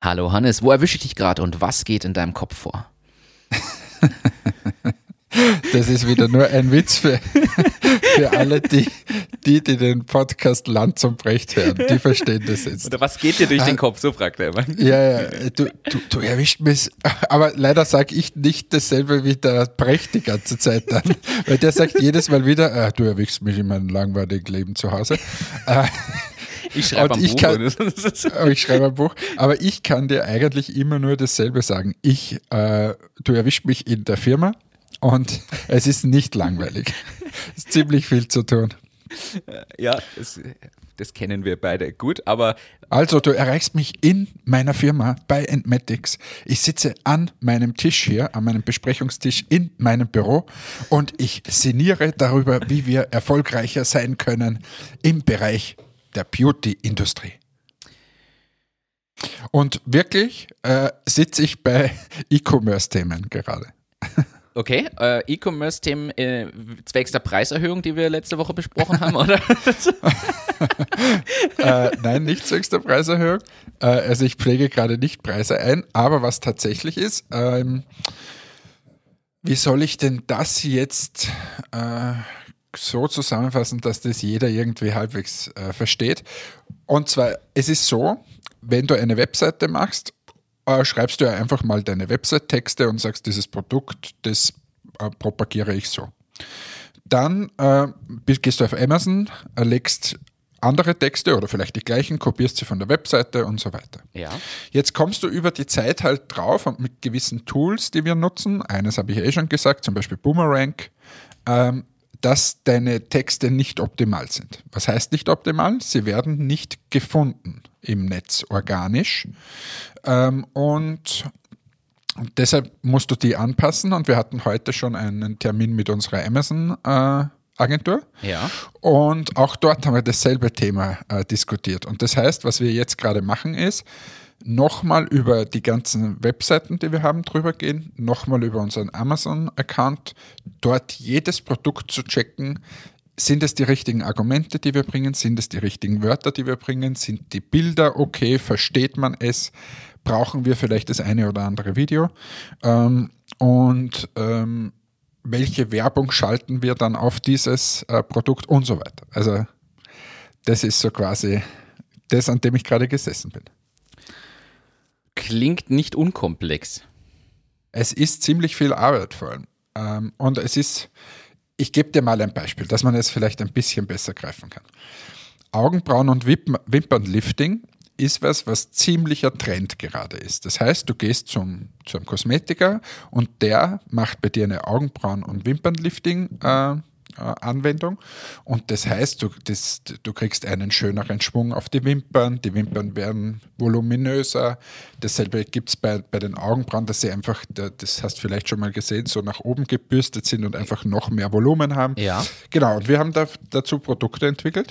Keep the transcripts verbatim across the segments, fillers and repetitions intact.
Hallo Hannes, wo erwische ich dich gerade und was geht in deinem Kopf vor? Das ist wieder nur ein Witz für, für alle, die, die, die den Podcast Lanz und Brecht hören. Die verstehen das jetzt. Oder was geht dir durch den Kopf? So fragt er immer. Ja, ja, du, du, du erwischt mich. Aber leider sage ich nicht dasselbe wie der Brecht die ganze Zeit dann. Weil der sagt jedes Mal wieder, ah, du erwischst mich in meinem langweiligen Leben zu Hause. Ich schreibe ein ich Buch. Kann, ich schreibe ein Buch. Aber ich kann dir eigentlich immer nur dasselbe sagen. Ich, äh, du erwischst mich in der Firma. Und es ist nicht langweilig. Es ist ziemlich viel zu tun. Ja, das, das kennen wir beide gut, aber... Also, du erreichst mich in meiner Firma bei Entmatics. Ich sitze an meinem Tisch hier, an meinem Besprechungstisch in meinem Büro und ich sinniere darüber, wie wir erfolgreicher sein können im Bereich der Beauty-Industrie. Und wirklich äh, sitze ich bei E-Commerce-Themen gerade. Okay, äh, E-Commerce-Themen äh, zwecks der Preiserhöhung, die wir letzte Woche besprochen haben, oder? äh, nein, nicht zwecks der Preiserhöhung. Äh, also ich pflege gerade nicht Preise ein, aber was tatsächlich ist, ähm, wie soll ich denn das jetzt äh, so zusammenfassen, dass das jeder irgendwie halbwegs äh, versteht? Und zwar, es ist so, wenn du eine Webseite machst, Äh, schreibst du ja einfach mal deine Website-Texte und sagst, dieses Produkt, das äh, propagiere ich so. Dann äh, gehst du auf Amazon, äh, legst andere Texte oder vielleicht die gleichen, kopierst sie von der Webseite und so weiter. Ja. Jetzt kommst du über die Zeit halt drauf und mit gewissen Tools, die wir nutzen, eines habe ich eh schon gesagt, zum Beispiel Boomerang, ähm, dass deine Texte nicht optimal sind. Was heißt nicht optimal? Sie werden nicht gefunden im Netz organisch. Ähm, und deshalb musst du die anpassen. Und wir hatten heute schon einen Termin mit unserer Amazon-Agentur. Äh, ja. Und auch dort haben wir dasselbe Thema äh, diskutiert. Und das heißt, was wir jetzt gerade machen ist, nochmal über die ganzen Webseiten, die wir haben, drüber gehen, nochmal über unseren Amazon-Account, dort jedes Produkt zu checken. Sind es die richtigen Argumente, die wir bringen? Sind es die richtigen Wörter, die wir bringen? Sind die Bilder okay? Versteht man es? Brauchen wir vielleicht das eine oder andere Video? Ähm, und ähm, welche Werbung schalten wir dann auf dieses äh, Produkt und so weiter? Also das ist so quasi das, an dem ich gerade gesessen bin. Klingt nicht unkomplex. Es ist ziemlich viel Arbeit vor allem. Ähm, und es ist, ich gebe dir mal ein Beispiel, dass man es vielleicht ein bisschen besser greifen kann. Augenbrauen- und Wimpern- Wimpernlifting ist was, was ziemlicher Trend gerade ist. Das heißt, du gehst zum, zum Kosmetiker und der macht bei dir eine Augenbrauen- und Wimpernlifting äh, Anwendung und das heißt, du, das, du kriegst einen schöneren Schwung auf die Wimpern, die Wimpern werden voluminöser, dasselbe gibt es bei, bei den Augenbrauen, dass sie einfach, das hast du vielleicht schon mal gesehen, so nach oben gebürstet sind und einfach noch mehr Volumen haben. Ja. Genau, und wir haben da, dazu Produkte entwickelt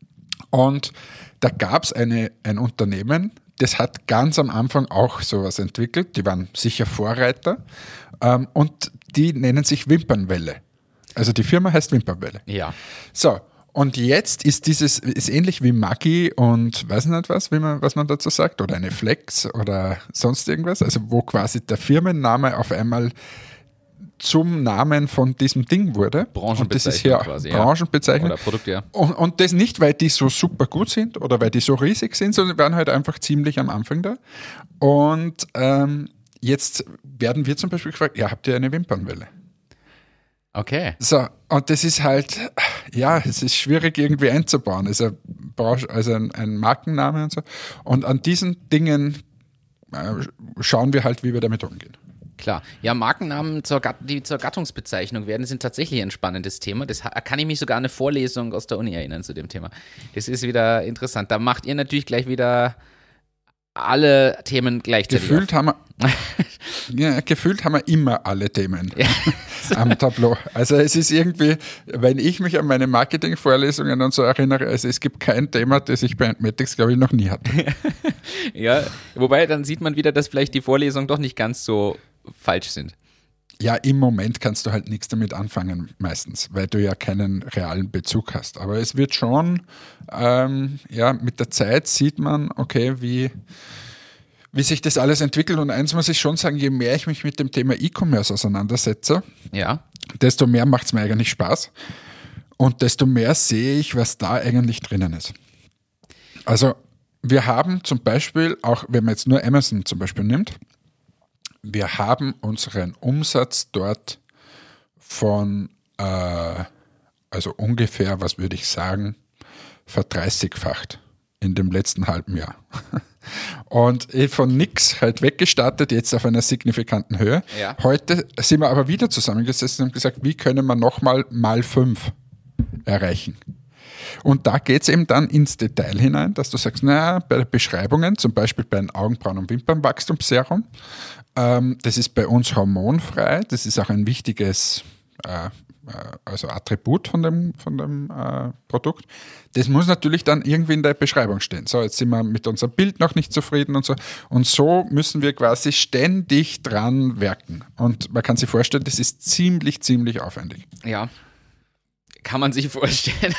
und da gab es eine, ein Unternehmen, das hat ganz am Anfang auch sowas entwickelt, die waren sicher Vorreiter ähm, und die nennen sich Wimpernwelle. Also die Firma heißt Wimpernwelle. Ja. So, und jetzt ist dieses, ist ähnlich wie Maggi und weiß nicht was, wie man, was man dazu sagt, oder eine Flex oder sonst irgendwas, also wo quasi der Firmenname auf einmal zum Namen von diesem Ding wurde. Branchenbezeichnung und das ist hier quasi. Branchenbezeichnung. Ja. Oder Produkt, ja. Und, und das nicht, weil die so super gut sind oder weil die so riesig sind, sondern waren halt einfach ziemlich am Anfang da. Und ähm, jetzt werden wir zum Beispiel gefragt, ja, habt ihr eine Wimpernwelle? Okay. So, und das ist halt, ja, es ist schwierig irgendwie einzubauen. Es ist ein, also ein, ein Markenname und so. Und an diesen Dingen äh, schauen wir halt, wie wir damit umgehen. Klar. Ja, Markennamen, zur, die zur Gattungsbezeichnung werden, sind tatsächlich ein spannendes Thema. Das kann ich mich sogar an eine Vorlesung aus der Uni erinnern zu dem Thema. Das ist wieder interessant. Da macht ihr natürlich gleich wieder alle Themen gleichzeitig Gefühlt auf. haben wir, ja, gefühlt haben wir immer alle Themen ja. am Tableau. Also es ist irgendwie, wenn ich mich an meine Marketing-Vorlesungen und so erinnere, also es gibt kein Thema, das ich bei Entmatics, glaube ich, noch nie hatte. Ja, wobei dann sieht man wieder, dass vielleicht die Vorlesungen doch nicht ganz so falsch sind. Ja, im Moment kannst du halt nichts damit anfangen, meistens, weil du ja keinen realen Bezug hast. Aber es wird schon, ähm, ja, mit der Zeit sieht man, okay, wie, wie sich das alles entwickelt. Und eins muss ich schon sagen, je mehr ich mich mit dem Thema E-Commerce auseinandersetze, ja. desto mehr macht es mir eigentlich Spaß und desto mehr sehe ich, was da eigentlich drinnen ist. Also wir haben zum Beispiel, auch wenn man jetzt nur Amazon zum Beispiel nimmt, wir haben unseren Umsatz dort von, äh, also ungefähr, was würde ich sagen, verdreißigfacht in dem letzten halben Jahr. Und von nix halt weggestartet, jetzt auf einer signifikanten Höhe. Ja. Heute sind wir aber wieder zusammengesessen und gesagt, wie können wir nochmal mal fünf erreichen? Und da geht es eben dann ins Detail hinein, dass du sagst, naja, bei den Beschreibungen, zum Beispiel bei einem Augenbrauen- und Wimpernwachstumsserum, ähm, das ist bei uns hormonfrei, das ist auch ein wichtiges äh, also Attribut von dem, von dem äh, Produkt. Das muss natürlich dann irgendwie in der Beschreibung stehen. So, jetzt sind wir mit unserem Bild noch nicht zufrieden und so. Und so müssen wir quasi ständig dran werken. Und man kann sich vorstellen, das ist ziemlich, ziemlich aufwendig. Ja. Kann man sich vorstellen.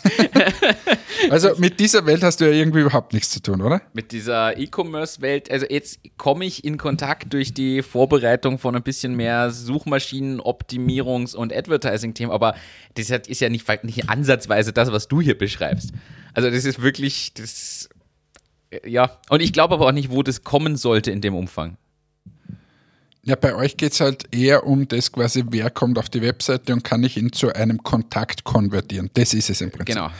Also mit dieser Welt hast du ja irgendwie überhaupt nichts zu tun, oder? Mit dieser E-Commerce-Welt, also jetzt komme ich in Kontakt durch die Vorbereitung von ein bisschen mehr Suchmaschinen-Optimierungs- und Advertising-Themen, aber das ist ja nicht, nicht ansatzweise das, was du hier beschreibst. Also das ist wirklich, das, ja, und ich glaube aber auch nicht, wo das kommen sollte in dem Umfang. Ja, bei euch geht es halt eher um das quasi, wer kommt auf die Webseite und kann ich ihn zu einem Kontakt konvertieren. Das ist es im Prinzip. Genau.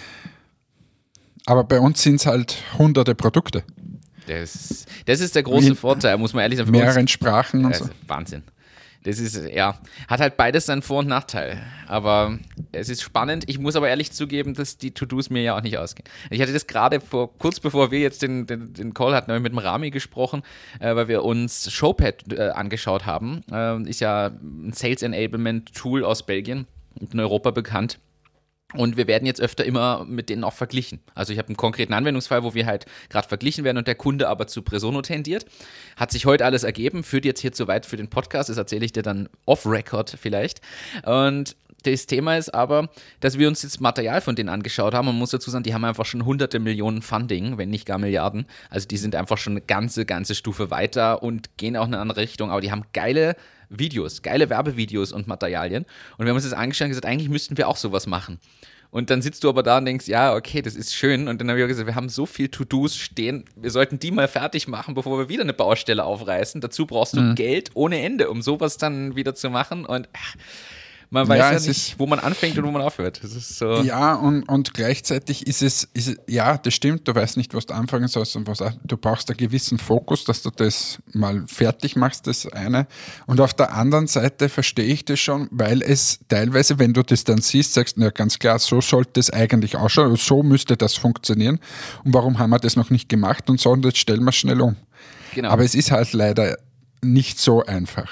Aber bei uns sind es halt hunderte Produkte. Das, das ist der große Vorteil, muss man ehrlich sagen. In mehreren Sprachen und also, so. Wahnsinn. Das ist, ja, hat halt beides seinen Vor- und Nachteil. Aber es ist spannend. Ich muss aber ehrlich zugeben, dass die To-Dos mir ja auch nicht ausgehen. Ich hatte das gerade vor, kurz bevor wir jetzt den, den, den Call hatten, habe ich mit dem Rami gesprochen, äh, weil wir uns Showpad äh, angeschaut haben. Äh, ist ja ein Sales Enablement Tool aus Belgien, in Europa bekannt. Und wir werden jetzt öfter immer mit denen auch verglichen. Also ich habe einen konkreten Anwendungsfall, wo wir halt gerade verglichen werden und der Kunde aber zu Presono tendiert. Hat sich heute alles ergeben, führt jetzt hier zu weit für den Podcast, das erzähle ich dir dann off-Record vielleicht. Und das Thema ist aber, dass wir uns jetzt Material von denen angeschaut haben. Man muss dazu sagen, die haben einfach schon hunderte Millionen Funding, wenn nicht gar Milliarden. Also die sind einfach schon eine ganze, ganze Stufe weiter und gehen auch in eine andere Richtung. Aber die haben geile Videos, geile Werbevideos und Materialien. Und wir haben uns das angeschaut und gesagt, eigentlich müssten wir auch sowas machen. Und dann sitzt du aber da und denkst, ja, okay, das ist schön. Und dann habe ich gesagt, wir haben so viel To-Dos stehen, wir sollten die mal fertig machen, bevor wir wieder eine Baustelle aufreißen. Dazu brauchst du mhm. Geld ohne Ende, um sowas dann wieder zu machen. Und ach, man weiß ja, ja nicht, ist, wo man anfängt und wo man aufhört. Das ist so. Ja, und, und gleichzeitig ist es, ist es, ja, das stimmt, du weißt nicht, was du anfangen sollst und was, du brauchst einen gewissen Fokus, dass du das mal fertig machst, das eine. Und auf der anderen Seite verstehe ich das schon, weil es teilweise, wenn du das dann siehst, sagst du, ja ganz klar, so sollte es eigentlich ausschauen, so müsste das funktionieren. Und warum haben wir das noch nicht gemacht und so, und jetzt stellen wir es schnell um. Genau. Aber es ist halt leider nicht so einfach.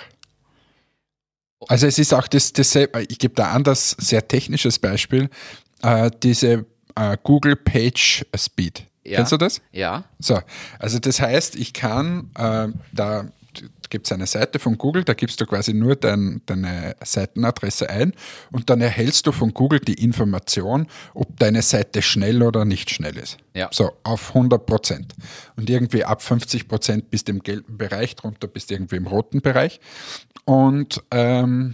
Also es ist auch das, dasselbe, ich gebe da ein anderes, sehr technisches Beispiel, äh, diese äh, Google Page Speed. Ja. Kennst du das? Ja. So, also das heißt, ich kann, äh, da gibt es eine Seite von Google, da gibst du quasi nur dein, deine Seitenadresse ein und dann erhältst du von Google die Information, ob deine Seite schnell oder nicht schnell ist. Ja. So, auf hundert Prozent. Und irgendwie ab fünfzig Prozent bist du im gelben Bereich, drunter bist du irgendwie im roten Bereich. Und ähm,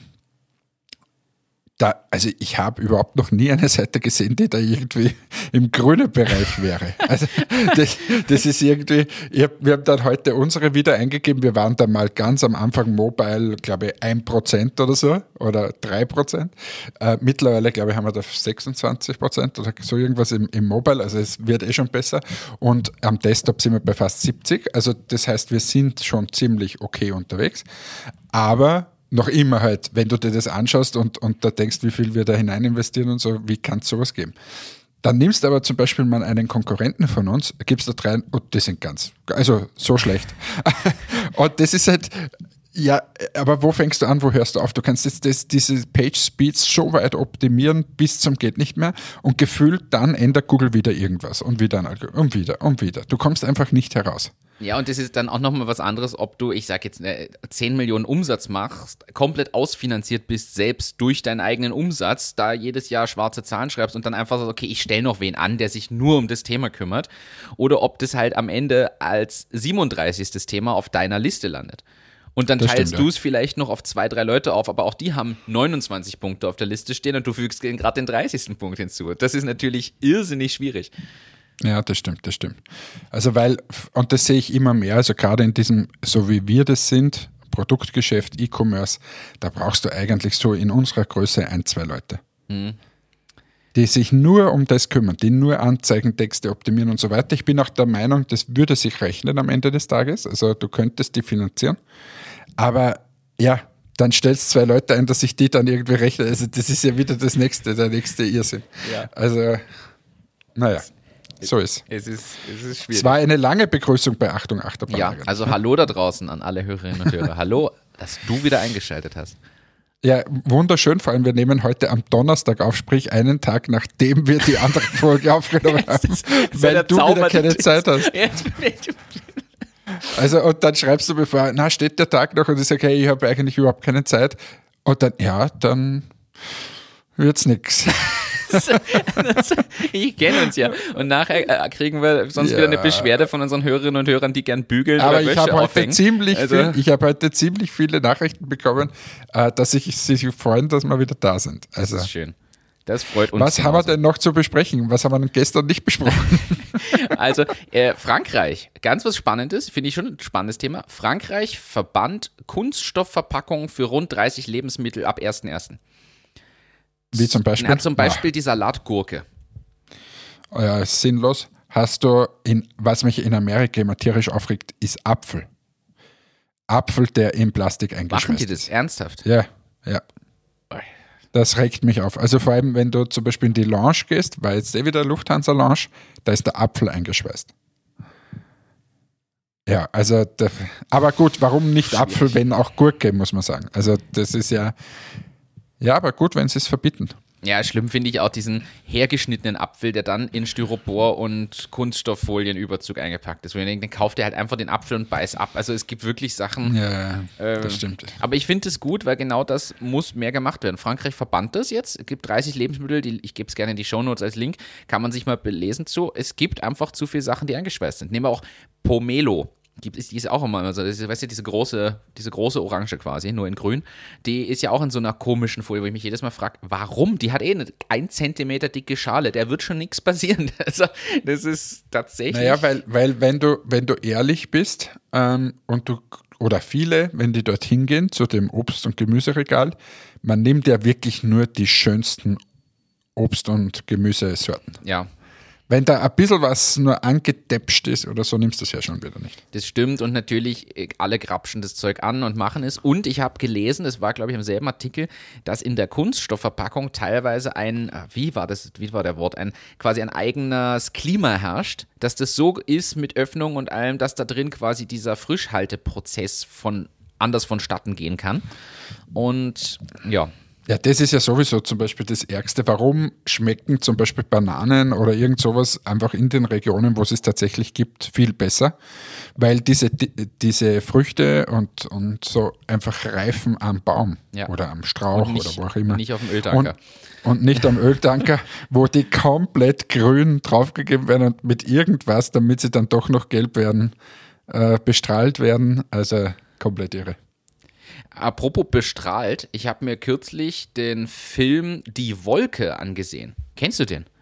da, also ich habe überhaupt noch nie eine Seite gesehen, die da irgendwie im grünen Bereich wäre. Also das, das ist irgendwie, ich hab, wir haben dann heute unsere wieder eingegeben, wir waren da mal ganz am Anfang mobile, glaube ich, ein Prozent oder so oder drei Prozent. Äh, mittlerweile, glaube ich, haben wir da sechsundzwanzig Prozent oder so irgendwas im, im Mobile, also es wird eh schon besser. Und am Desktop sind wir bei fast siebzig, also das heißt, wir sind schon ziemlich okay unterwegs, aber noch immer halt, wenn du dir das anschaust und, und da denkst, wie viel wir da hinein investieren und so, wie kann es sowas geben? Dann nimmst du aber zum Beispiel mal einen Konkurrenten von uns, gibst da rein, und die sind ganz, also so schlecht. Und das ist halt, ja, aber wo fängst du an, wo hörst du auf? Du kannst jetzt das, diese Page Speeds so weit optimieren, bis zum geht nicht mehr und gefühlt dann ändert Google wieder irgendwas und wieder ein Algorithmus und wieder und wieder. Du kommst einfach nicht heraus. Ja, und das ist dann auch nochmal was anderes, ob du, ich sag jetzt, äh, zehn Millionen Umsatz machst, komplett ausfinanziert bist, selbst durch deinen eigenen Umsatz, da jedes Jahr schwarze Zahlen schreibst und dann einfach sagst, okay, ich stelle noch wen an, der sich nur um das Thema kümmert. Oder ob das halt am Ende als siebenunddreißigstes Thema auf deiner Liste landet. Und dann Das teilst stimmt, du es vielleicht noch auf zwei, drei Leute auf, aber auch die haben neunundzwanzig Punkte auf der Liste stehen und du fügst gerade den dreißigsten Punkt hinzu. Das ist natürlich irrsinnig schwierig. Ja, das stimmt, das stimmt. Also weil, und das sehe ich immer mehr, also gerade in diesem, so wie wir das sind, Produktgeschäft, E-Commerce, da brauchst du eigentlich so in unserer Größe ein, zwei Leute. Mhm. Die sich nur um das kümmern, die nur Anzeigen, Texte optimieren und so weiter. Ich bin auch der Meinung, das würde sich rechnen am Ende des Tages. Also du könntest die finanzieren. Aber ja, dann stellst zwei Leute ein, dass sich die dann irgendwie rechnen. Also das ist ja wieder das nächste, der nächste Irrsinn. Ja. Also, naja, so ist es. Ist, es ist schwierig. Es war eine lange Begrüßung bei Achtung, Achterbahn. Ja, eigentlich. also hallo da draußen an alle Hörerinnen und Hörer. Hallo, dass du wieder eingeschaltet hast. Ja, wunderschön, vor allem wir nehmen heute am Donnerstag auf, sprich einen Tag, nachdem wir die andere Folge aufgenommen haben, ist, weil du wieder keine Zeit hast. Also und dann schreibst du mir vor, na steht der Tag noch und ich sage, hey, ich habe eigentlich überhaupt keine Zeit und dann, ja, dann wird's nix. Ich kenne uns ja. Und nachher kriegen wir sonst Ja. wieder eine Beschwerde von unseren Hörerinnen und Hörern, die gern bügeln Aber oder ich Wäsche habe heute aufhängen. ziemlich Also- viel, ich habe heute ziemlich viele Nachrichten bekommen, äh, dass sich sich freuen, dass wir wieder da sind. Also Das ist schön. Das freut uns. was haben wir genauso. denn noch zu besprechen? Was haben wir denn gestern nicht besprochen? Also äh, Frankreich, ganz was Spannendes, finde ich schon ein spannendes Thema. Frankreich verbannt Kunststoffverpackungen für rund dreißig Lebensmittel ab ersten ersten Wie zum Beispiel? Na, zum Beispiel die Salatgurke. Oh ja, ist sinnlos. Hast du, in, was mich in Amerika immer tierisch aufregt, ist Apfel. Apfel, der in Plastik eingeschweißt Machen die das ist. ernsthaft? Ja, ja. Das regt mich auf. Also vor allem, wenn du zum Beispiel in die Lounge gehst, war jetzt eh wieder Lufthansa Lounge, da ist der Apfel eingeschweißt. Ja, also, der, aber gut, warum nicht Schwierig. Apfel, wenn auch Gurke, muss man sagen. Also das ist ja, ja, aber gut, wenn sie es verbieten. Ja, schlimm finde ich auch diesen hergeschnittenen Apfel, der dann in Styropor und Kunststofffolienüberzug eingepackt ist. Wo ich denke, dann kauft er halt einfach den Apfel und beißt ab. Also es gibt wirklich Sachen. Ja, Ähm, das stimmt. Aber ich finde es gut, weil genau das muss mehr gemacht werden. Frankreich verbannt das jetzt. Es gibt dreißig Lebensmittel, die, ich gebe es gerne in die Shownotes als Link, kann man sich mal belesen zu. Es gibt einfach zu viele Sachen, die eingeschweißt sind. Nehmen wir auch Pomelo. Gibt es, die ist auch immer so, das ist, weißt du, diese große, diese große Orange quasi, nur in grün. Die ist ja auch in so einer komischen Folie, wo ich mich jedes Mal frage, warum? Die hat eh eine ein Zentimeter dicke Schale, der wird schon nichts passieren. Also, das ist tatsächlich. Naja, weil, weil wenn du, wenn du ehrlich bist ähm, und du, oder viele, wenn die dorthin gehen zu dem Obst- und Gemüseregal, man nimmt ja wirklich nur die schönsten Obst- und Gemüsesorten. Ja, Wenn da ein bisschen was nur angedäpscht ist oder so, nimmst du es ja schon wieder nicht. das stimmt und natürlich äh, alle grapschen das Zeug an und machen es. Und ich habe gelesen, das war glaube ich im selben Artikel, dass in der Kunststoffverpackung teilweise ein, äh, wie war das, wie war der Wort, ein quasi ein eigenes Klima herrscht, dass das so ist mit Öffnung und allem, dass da drin quasi dieser Frischhalteprozess von anders vonstatten gehen kann. Und ja, Ja, das ist ja sowieso zum Beispiel das Ärgste. Warum schmecken zum Beispiel Bananen oder irgend sowas einfach in den Regionen, wo es es tatsächlich gibt, viel besser? Weil diese, die, diese Früchte und, und so einfach reifen am Baum Ja. oder am Strauch Und nicht- oder wo auch immer. nicht auf dem Öltanker. Und, und nicht am Öltanker, wo die komplett grün draufgegeben werden und mit irgendwas, damit sie dann doch noch gelb werden, äh, bestrahlt werden. Also komplett irre. apropos bestrahlt, ich habe mir kürzlich den Film Die Wolke angesehen. Kennst du den?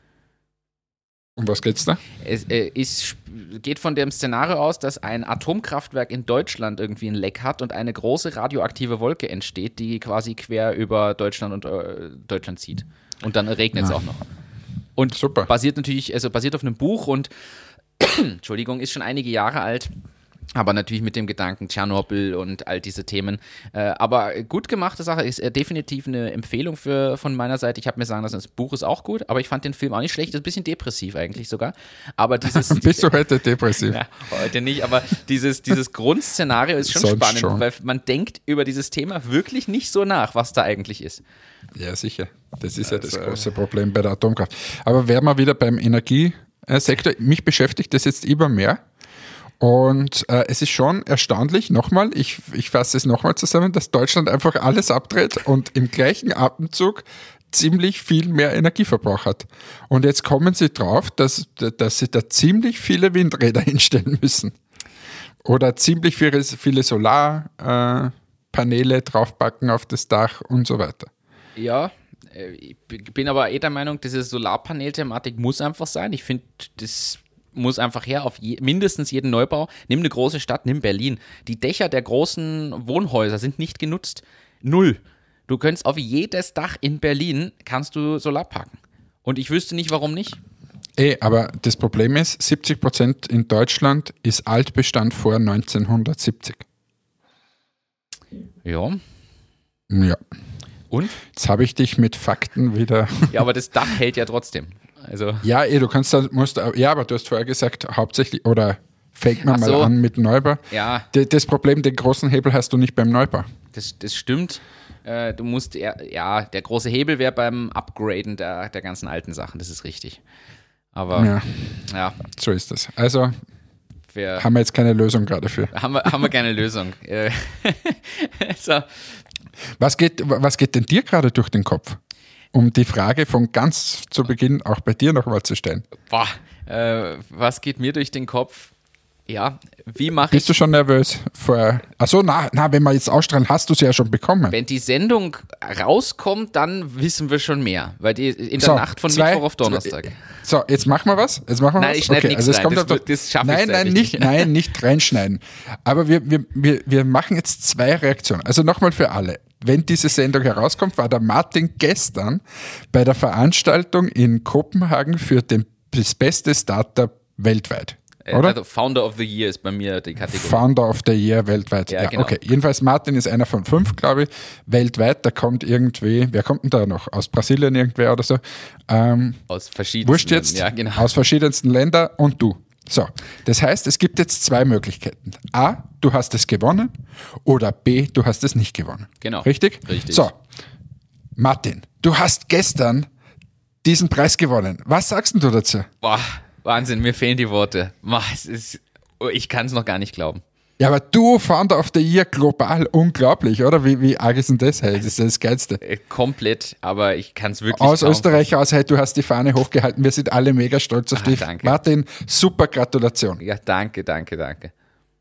Um was geht's da? Es äh, ist, geht von dem Szenario aus, dass ein Atomkraftwerk in Deutschland irgendwie ein Leck hat und eine große radioaktive Wolke entsteht, die quasi quer über Deutschland und äh, Deutschland zieht. Und dann regnet es Ja. auch noch. Und Super. basiert natürlich, also basiert auf einem Buch und Entschuldigung, ist schon einige Jahre alt. Aber natürlich mit dem Gedanken Tschernobyl und all diese Themen. Äh, aber gut gemachte Sache, ist äh, definitiv eine Empfehlung für, von meiner Seite. Ich habe mir sagen lassen, das Buch ist auch gut, aber ich fand den Film auch nicht schlecht. Ist ein bisschen depressiv eigentlich sogar. Aber dieses. Bist du heute depressiv? Ja, heute nicht, aber dieses, dieses Grundszenario ist schon Sonst spannend, schon. weil man denkt über dieses Thema wirklich nicht so nach, was da eigentlich ist. Ja, sicher. Das ist ja das Also- große Problem bei der Atomkraft. Aber wären wir wieder beim Energiesektor. Mich beschäftigt das jetzt immer mehr. Und äh, es ist schon erstaunlich, nochmal, ich, ich fasse es nochmal zusammen, dass Deutschland einfach alles abdreht und im gleichen Atemzug ziemlich viel mehr Energieverbrauch hat. Und jetzt kommen sie drauf, dass, dass sie da ziemlich viele Windräder hinstellen müssen. Oder ziemlich viele, viele Solarpaneele äh, draufpacken auf das Dach und so weiter. Ja, ich bin aber eh der Meinung, diese Solarpanel-Thematik muss einfach sein. Ich finde, das muss einfach her auf je, mindestens jeden Neubau. Nimm eine große Stadt, nimm Berlin. Die Dächer der großen Wohnhäuser sind nicht genutzt. Null. Du könntest auf jedes Dach in Berlin kannst du Solar packen. Und ich wüsste nicht, warum nicht. Eh, aber das Problem ist, siebzig Prozent in Deutschland ist Altbestand vor neunzehnhundertsiebzig. Ja. Ja. Und? Jetzt habe ich dich mit Fakten wieder... Ja, aber das Dach hält ja trotzdem. Also ja, eh, du kannst dann, musst, ja, aber du hast vorher gesagt, hauptsächlich, oder fängt man Ach mal so. an mit Neubau. Ja. D- Das Problem, den großen Hebel hast du nicht beim Neubau. Das, das stimmt. Äh, du musst, eher, ja, der große Hebel wäre beim Upgraden der, der ganzen alten Sachen, das ist richtig. Aber, Ja, ja, so ist das. Also wir, haben wir jetzt keine Lösung gerade für. haben wir, haben wir keine Lösung. Äh, so, Was geht, was geht denn dir gerade durch den Kopf? Um die Frage von ganz zu Beginn auch bei dir nochmal zu stellen. boah, äh, was geht mir durch den Kopf? Ja, wie mache ich, Bist du schon nervös? Vor, achso, na, na, wenn wir jetzt ausstrahlen, hast du sie ja schon bekommen. wenn die Sendung rauskommt, dann wissen wir schon mehr. Weil die in der So, Nacht von zwei- Mittwoch auf Donnerstag. So, jetzt machen wir was. Jetzt machen wir Nein, was. ich schneide nichts es rein. kommt Das auf doch- wird- das schaffe ich Nein, nein, zeitlich nicht, nicht. nein, nicht reinschneiden. Aber wir, wir, wir, wir machen jetzt zwei Reaktionen. Also nochmal für alle. Wenn diese Sendung herauskommt, war der Martin gestern bei der Veranstaltung in Kopenhagen für den, das beste Startup weltweit. Äh, Oder? Also Founder of the Year ist bei mir die Kategorie. Founder of the Year weltweit. Ja, Ja, genau. okay. Jedenfalls Martin ist einer von fünf, glaube ich, weltweit. Da kommt irgendwie, wer kommt denn da noch? Aus Brasilien irgendwer oder so? Ähm, Aus verschiedenen. Wurscht jetzt, Ja, genau. aus verschiedensten Ländern und du. So, das heißt, es gibt jetzt zwei Möglichkeiten. A, du hast es gewonnen oder B, du hast es nicht gewonnen. Genau. Richtig? Richtig. So, Martin, du hast gestern diesen Preis gewonnen. Was sagst denn du dazu? Boah, Wahnsinn, mir fehlen die Worte. Boah, es ist, oh, ich kann es noch gar nicht glauben. Ja, aber du, Founder of the Year, global, unglaublich, oder? Wie, wie arg ist denn das? Hey, das ist das Geilste. Äh, komplett, aber ich kann es wirklich Aus kaum. Österreich aus, hey, du hast die Fahne hochgehalten. Wir sind alle mega stolz auf Ah, dich. danke. Martin, super Gratulation. Ja, danke, danke, danke.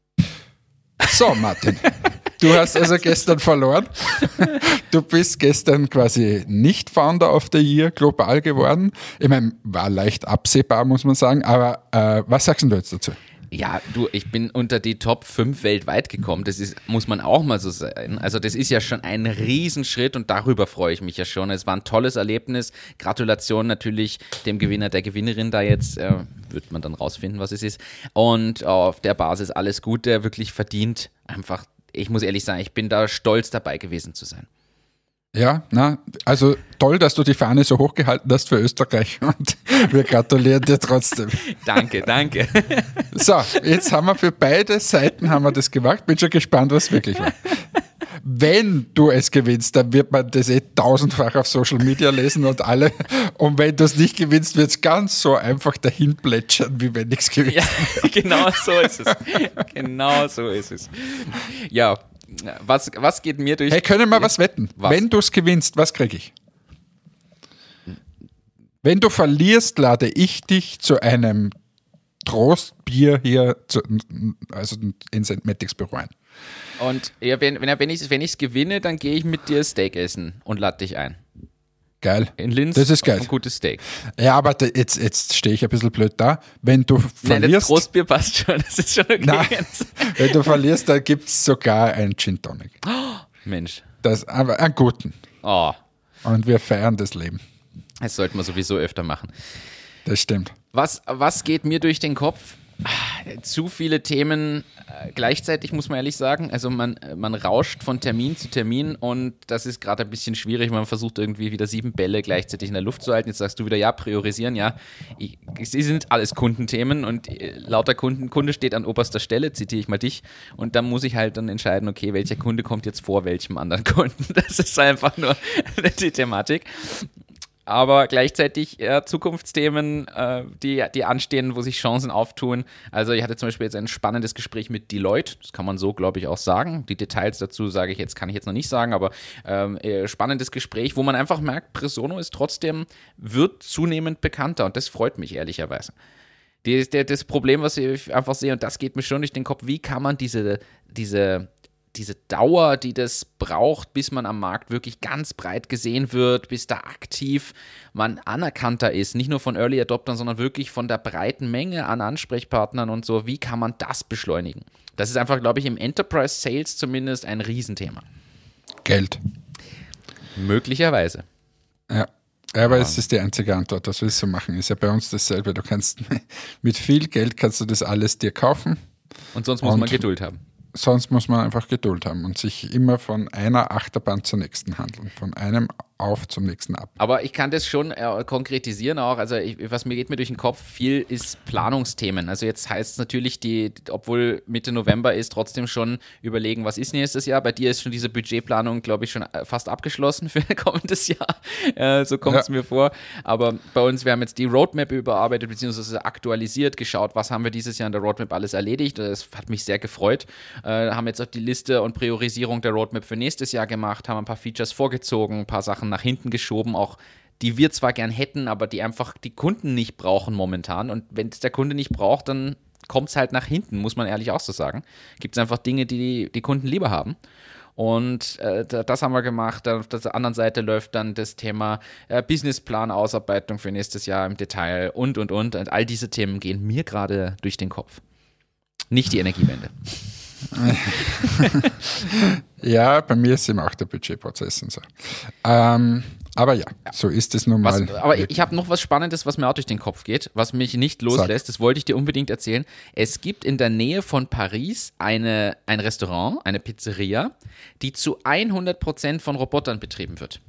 So, Martin, du hast also gestern verloren. Du bist gestern quasi nicht Founder of the Year global geworden. Ich meine, war leicht absehbar, muss man sagen. Aber äh, was sagst denn du jetzt dazu? Ja, du, ich bin unter die Top fünf weltweit gekommen. Das ist, muss man auch mal so sein. Also das ist ja schon ein Riesenschritt und darüber freue ich mich ja schon. Es war ein tolles Erlebnis. Gratulation natürlich dem Gewinner, der Gewinnerin da jetzt. Äh, wird man dann rausfinden, was es ist. Und auf der Basis alles Gute, wirklich verdient. Einfach, ich muss ehrlich sagen, ich bin da stolz dabei gewesen zu sein. Ja, na, also toll, dass du die Fahne so hochgehalten hast für Österreich und wir gratulieren dir trotzdem. Danke, danke. So, jetzt haben wir für beide Seiten haben wir das gemacht. Bin schon gespannt, was wirklich war. Wenn du es gewinnst, dann wird man das eh tausendfach auf Social Media lesen und alle. Und wenn du es nicht gewinnst, wird es ganz so einfach dahin plätschern, wie wenn nichts gewinnt. Ja, genau so ist es. Genau so ist es. Ja, was, was geht mir durch... Hey, können wir was wetten? Was? Wenn du es gewinnst, was kriege ich? Wenn du verlierst, lade ich dich zu einem Trostbier hier, zu, also in Sankt Matthias Büro ein. Und ja, wenn, wenn, wenn ich es wenn ich's gewinne, dann gehe ich mit dir Steak essen und lade dich ein. Geil. In Linz Das ist geil. auf ein gutes Steak. Ja, aber da, jetzt, jetzt stehe ich ein bisschen blöd da. Wenn du Nein, das verlierst, Trostbier passt schon, das ist schon okay. Nein, wenn du verlierst, dann gibt es sogar einen Gin Tonic. Mensch, Das, aber einen guten. oh, Und wir feiern das Leben. das sollten wir sowieso öfter machen. Das stimmt. Was, was geht mir durch den Kopf? Ah, Zu viele Themen äh, gleichzeitig, muss man ehrlich sagen. Also man, man rauscht von Termin zu Termin und das ist gerade ein bisschen schwierig. Man versucht irgendwie wieder sieben Bälle gleichzeitig in der Luft zu halten. Jetzt sagst du wieder, ja, priorisieren, ja. Ich, sie sind alles Kundenthemen und äh, lauter Kunden, Kunde steht an oberster Stelle, zitiere ich mal dich. Und dann muss ich halt dann entscheiden, okay, welcher Kunde kommt jetzt vor welchem anderen Kunden. Das ist einfach nur die Thematik. aber gleichzeitig äh, Zukunftsthemen, äh, die, die anstehen, wo sich Chancen auftun. Also ich hatte zum Beispiel jetzt ein spannendes Gespräch mit Deloitte, das kann man so, glaube ich, auch sagen. Die Details dazu sage ich jetzt, kann ich jetzt noch nicht sagen, aber ähm, äh, spannendes Gespräch, wo man einfach merkt, Presono ist trotzdem, wird zunehmend bekannter und das freut mich ehrlicherweise. Die, der, das Problem, was ich einfach sehe, und das geht mir schon durch den Kopf, wie kann man diese, diese diese Dauer, die das braucht, bis man am Markt wirklich ganz breit gesehen wird, bis da aktiv man anerkannter ist, nicht nur von Early Adoptern, sondern wirklich von der breiten Menge an Ansprechpartnern und so, wie kann man das beschleunigen? Das ist einfach, glaube ich, im Enterprise Sales zumindest ein Riesenthema. Geld. Möglicherweise. Ja. Aber ja. Es ist die einzige Antwort, was willst du machen? Ist ja bei uns dasselbe. Du kannst mit viel Geld kannst du das alles dir kaufen. Und sonst muss und man Geduld haben. Sonst muss man einfach Geduld haben und sich immer von einer Achterbahn zur nächsten handeln, von einem auf zum nächsten ab. Aber ich kann das schon äh, konkretisieren auch, also ich, was mir geht mir durch den Kopf, viel ist Planungsthemen. Also jetzt heißt es natürlich, die, obwohl Mitte November ist, trotzdem schon überlegen, was ist nächstes Jahr. Bei dir ist schon diese Budgetplanung, glaube ich, schon fast abgeschlossen für kommendes Jahr. Äh, so kommt es ja. mir vor. Aber bei uns, wir haben jetzt die Roadmap überarbeitet, beziehungsweise aktualisiert, geschaut, was haben wir dieses Jahr in der Roadmap alles erledigt. Das hat mich sehr gefreut. Äh, haben jetzt auch die Liste und Priorisierung der Roadmap für nächstes Jahr gemacht, haben ein paar Features vorgezogen, ein paar Sachen nach hinten geschoben, auch die wir zwar gern hätten, aber die einfach die Kunden nicht brauchen momentan. Und wenn es der Kunde nicht braucht, dann kommt es halt nach hinten, muss man ehrlich auch so sagen. Gibt es einfach Dinge, die die Kunden lieber haben. Und äh, das haben wir gemacht. Auf der anderen Seite läuft dann das Thema äh, Businessplan, Ausarbeitung für nächstes Jahr im Detail und, und, und. Und all diese Themen gehen mir gerade durch den Kopf. Nicht die Energiewende. Ja, bei mir ist eben auch der Budgetprozess und so. Ähm, aber ja, ja, so ist es nun mal. Was, aber wirklich. Ich habe noch was Spannendes, was mir auch durch den Kopf geht, was mich nicht loslässt. Sag. Das wollte ich dir unbedingt erzählen. Es gibt in der Nähe von Paris eine, ein Restaurant, eine Pizzeria, die zu hundert Prozent von Robotern betrieben wird.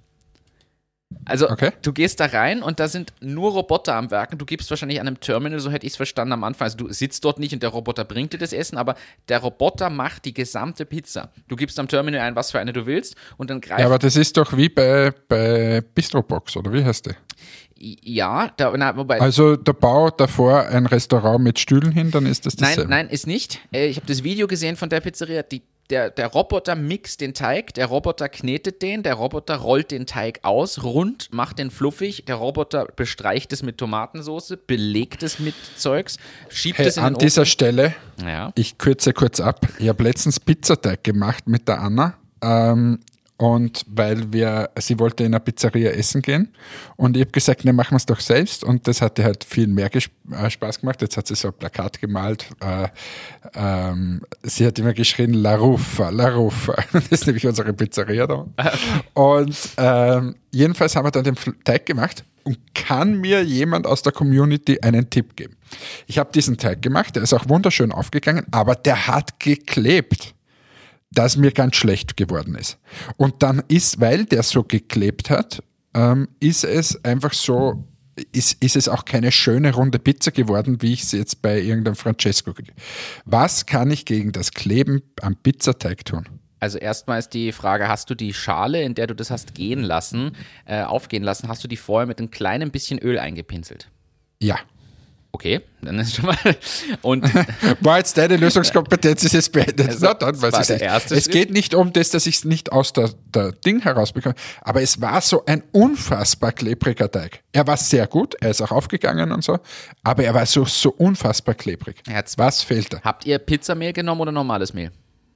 Also okay. Du gehst da rein und da sind nur Roboter am Werken. Du gibst wahrscheinlich an einem Terminal, so hätte ich es verstanden am Anfang. Also du sitzt dort nicht und der Roboter bringt dir das Essen, aber der Roboter macht die gesamte Pizza. Du gibst am Terminal ein, was für eine du willst und dann greift... Ja, aber das ist doch wie bei, bei Bistrobox, oder wie heißt die? Ja, da, na, wobei... Also da baut davor ein Restaurant mit Stühlen hin, dann ist das dasselbe. Nein, nein, ist nicht. Ich habe das Video gesehen von der Pizzeria, die Der, der Roboter mixt den Teig, der Roboter knetet den, der Roboter rollt den Teig aus, rund, macht den fluffig, der Roboter bestreicht es mit Tomatensauce, belegt es mit Zeugs, schiebt hey, es in den An dieser Ofen. Stelle, ja. Ich kürze kurz ab, ich habe letztens Pizzateig gemacht mit der Anna ähm, und weil wir, sie wollte in einer Pizzeria essen gehen und ich habe gesagt, ne, machen wir es doch selbst und das hat ihr halt viel mehr ges- äh, Spaß gemacht. Jetzt hat sie so ein Plakat gemalt, äh, ähm, sie hat immer geschrien, La Rufa, La Rufa, das ist nämlich unsere Pizzeria da. Und ähm, jedenfalls haben wir dann den Teig gemacht und kann mir jemand aus der Community einen Tipp geben? Ich habe diesen Teig gemacht, der ist auch wunderschön aufgegangen, aber der hat geklebt, dass mir ganz schlecht geworden ist. Und dann ist, weil der so geklebt hat, ähm, ist es einfach so, ist, ist es auch keine schöne runde Pizza geworden, wie ich es jetzt bei irgendeinem Francesco kriege. Was kann ich gegen das Kleben am Pizzateig tun? Also erstmal ist die Frage, hast du die Schale, in der du das hast gehen lassen, äh, aufgehen lassen, hast du die vorher mit einem kleinen bisschen Öl eingepinselt? Ja. Okay, dann ist schon mal. Und war jetzt deine Lösungskompetenz ist jetzt beendet. Also, Na dann, weiß ich nicht. Es Schritt. geht nicht um das, dass ich es nicht aus der, der Ding herausbekomme, aber es war so ein unfassbar klebriger Teig. Er war sehr gut, er ist auch aufgegangen und so, aber er war so, so unfassbar klebrig. Was fehlt da? Habt ihr Pizzamehl genommen oder normales Mehl?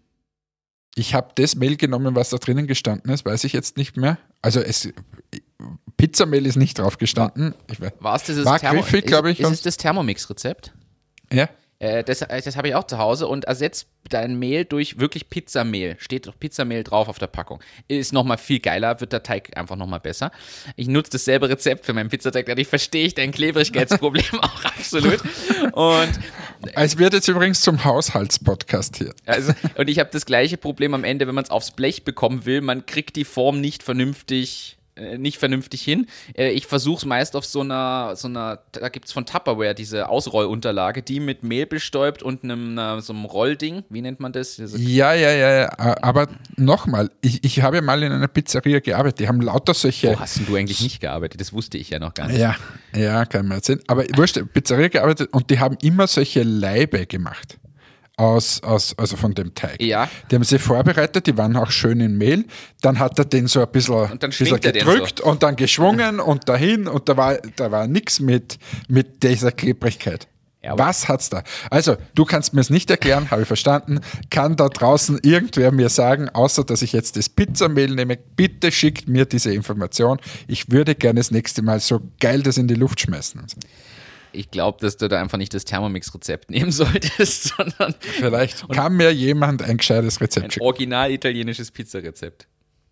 Ich habe das Mehl genommen, was da drinnen gestanden ist, weiß ich jetzt nicht mehr. Also es, Pizzamehl ist nicht drauf gestanden. Ich weiß, war es dieses war Thermo- griffig, glaube ich. Ist es das Thermomix-Rezept? Ja. Äh, das das habe ich auch zu Hause und ersetzt dein Mehl durch wirklich Pizzamehl. Steht doch Pizzamehl drauf auf der Packung. Ist nochmal viel geiler, wird der Teig einfach nochmal besser. Ich nutze dasselbe Rezept für meinen Pizzateig, dadurch verstehe ich dein Klebrigkeitsproblem auch absolut. Und es wird jetzt übrigens zum Haushaltspodcast hier. Also, und ich habe das gleiche Problem am Ende, wenn man es aufs Blech bekommen will, man kriegt die Form nicht vernünftig äh, nicht vernünftig hin. Äh, ich versuche es meist auf so einer, so einer, da gibt es von Tupperware diese Ausrollunterlage, die mit Mehl bestäubt und einem, äh, so einem Rollding, wie nennt man das? Diese Ja, ja, ja, ja. Aber nochmal, ich, ich habe ja mal in einer Pizzeria gearbeitet, die haben lauter solche... Wo hast denn du eigentlich nicht gearbeitet? Das wusste ich ja noch gar nicht. Ja, ja, kann man erzählen. Aber wurscht, Pizzeria gearbeitet und die haben immer solche Laibe gemacht. Aus, aus, also von dem Teig. Ja. Die haben sie vorbereitet, die waren auch schön in Mehl. Dann hat er den so ein bisschen, Und dann bisschen schwingt er den gedrückt so. und dann geschwungen und dahin und da war, da war nichts mit, mit dieser Klebrigkeit. Ja, aber- Was hat's da? Also, du kannst mir es nicht erklären, habe ich verstanden. Kann da draußen irgendwer mir sagen, außer dass ich jetzt das Pizzamehl nehme, bitte schickt mir diese Information. Ich würde gerne das nächste Mal so geil das in die Luft schmeißen. Ich glaube, dass du da einfach nicht das Thermomix-Rezept nehmen solltest, sondern Vielleicht kann mir jemand ein gescheites Rezept ein schicken. original italienisches Pizzarezept.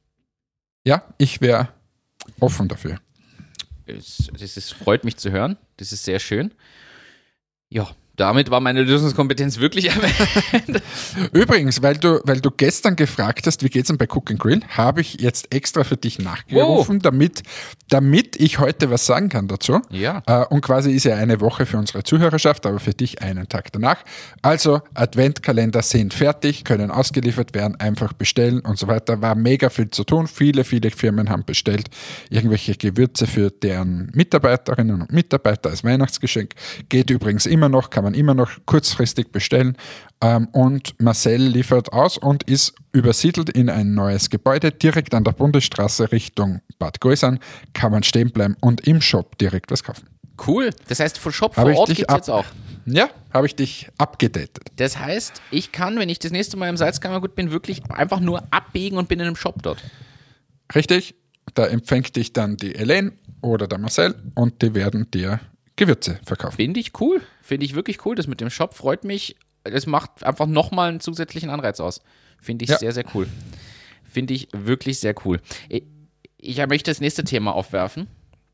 Ja, ich wäre offen dafür. Es, das ist, freut mich zu hören. Das ist sehr schön. Ja, damit war meine Lösungskompetenz wirklich am Ende. Übrigens, weil du, weil du gestern gefragt hast, wie geht's denn bei Cook and Grill, habe ich jetzt extra für dich nachgerufen, damit, damit ich heute was sagen kann dazu. Ja. Äh, und quasi ist ja eine Woche für unsere Zuhörerschaft, aber für dich einen Tag danach. Also Adventkalender sind fertig, können ausgeliefert werden, einfach bestellen und so weiter. War mega viel zu tun. Viele, viele Firmen haben bestellt irgendwelche Gewürze für deren Mitarbeiterinnen und Mitarbeiter als Weihnachtsgeschenk. Geht übrigens immer noch, kann man immer noch kurzfristig bestellen. Ähm, und Marcel liefert aus und ist übersiedelt in ein neues Gebäude direkt an der Bundesstraße Richtung Bad Gäusern. Kann man stehen bleiben und im Shop direkt was kaufen. Cool. Das heißt, vor Shop Hab vor ich Ort dich gibt es ab- jetzt auch. Ja, habe ich dich abgedatet. Das heißt, ich kann, wenn ich das nächste Mal im Salzkammergut bin, wirklich einfach nur abbiegen und bin in einem Shop dort. Richtig, da empfängt dich dann die Elaine oder der Marcel und die werden dir Gewürze verkaufen. Finde ich cool. Finde ich wirklich cool. Das mit dem Shop freut mich. Das macht einfach nochmal einen zusätzlichen Anreiz aus. Finde ich Ja. sehr, sehr cool. Finde ich wirklich sehr cool. Ich, ich möchte das nächste Thema aufwerfen.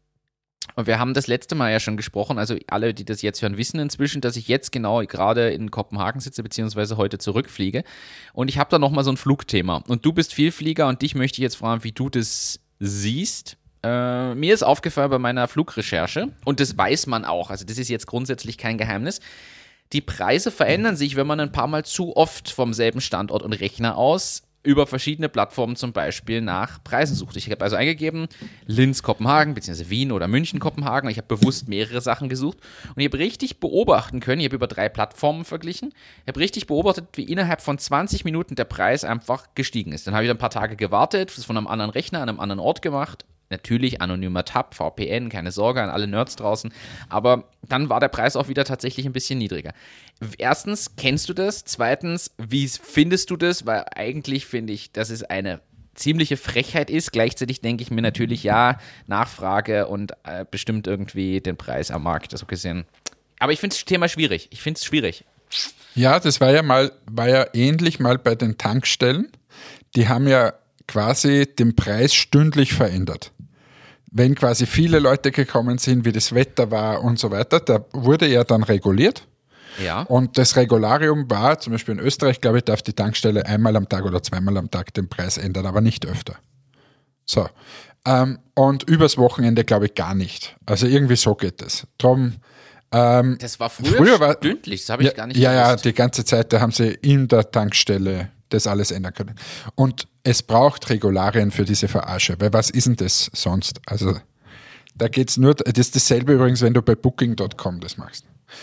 Und wir haben das letzte Mal ja schon gesprochen, also alle, die das jetzt hören, wissen inzwischen, dass ich jetzt genau gerade in Kopenhagen sitze, beziehungsweise heute zurückfliege. Und ich habe da nochmal so ein Flugthema. Und du bist Vielflieger und dich möchte ich jetzt fragen, wie du das siehst. Äh, mir ist aufgefallen bei meiner Flugrecherche, und das weiß man auch, also das ist jetzt grundsätzlich kein Geheimnis, die Preise verändern sich, wenn man ein paar Mal zu oft vom selben Standort und Rechner aus über verschiedene Plattformen zum Beispiel nach Preisen sucht. Ich habe also eingegeben, Linz, Kopenhagen, beziehungsweise Wien oder München, Kopenhagen. Ich habe bewusst mehrere Sachen gesucht und ich habe richtig beobachten können, ich habe über drei Plattformen verglichen, ich habe richtig beobachtet, wie innerhalb von zwanzig Minuten der Preis einfach gestiegen ist. Dann habe ich ein paar Tage gewartet, das von einem anderen Rechner an einem anderen Ort gemacht. Natürlich anonymer Tab, V P N, keine Sorge an alle Nerds draußen. Aber dann war der Preis auch wieder tatsächlich ein bisschen niedriger. Erstens, kennst du das? Zweitens, wie findest du das? Weil eigentlich finde ich, dass es eine ziemliche Frechheit ist. Gleichzeitig denke ich mir natürlich, ja, Nachfrage und äh, bestimmt irgendwie den Preis am Markt, so gesehen. Aber ich finde das Thema schwierig. Ich finde es schwierig. Ja, das war ja mal, war ja ähnlich mal bei den Tankstellen. Die haben ja quasi den Preis stündlich verändert. Wenn quasi viele Leute gekommen sind, wie das Wetter war und so weiter, da wurde ja dann reguliert. Ja. Und das Regularium war, zum Beispiel in Österreich, glaube ich, darf die Tankstelle einmal am Tag oder zweimal am Tag den Preis ändern, aber nicht öfter. So. Ähm, und übers Wochenende, glaube ich, gar nicht. Also irgendwie so geht es. Drum, ähm, Das war früher, früher war, stündlich, das habe ich ja, gar nicht Ja, ja, gewusst. die ganze Zeit, da haben sie in der Tankstelle das alles ändern können. Und es braucht Regularien für diese Verarsche, weil was ist denn das sonst? Also da geht es nur, das ist dasselbe übrigens, wenn du bei Booking Punkt com das machst.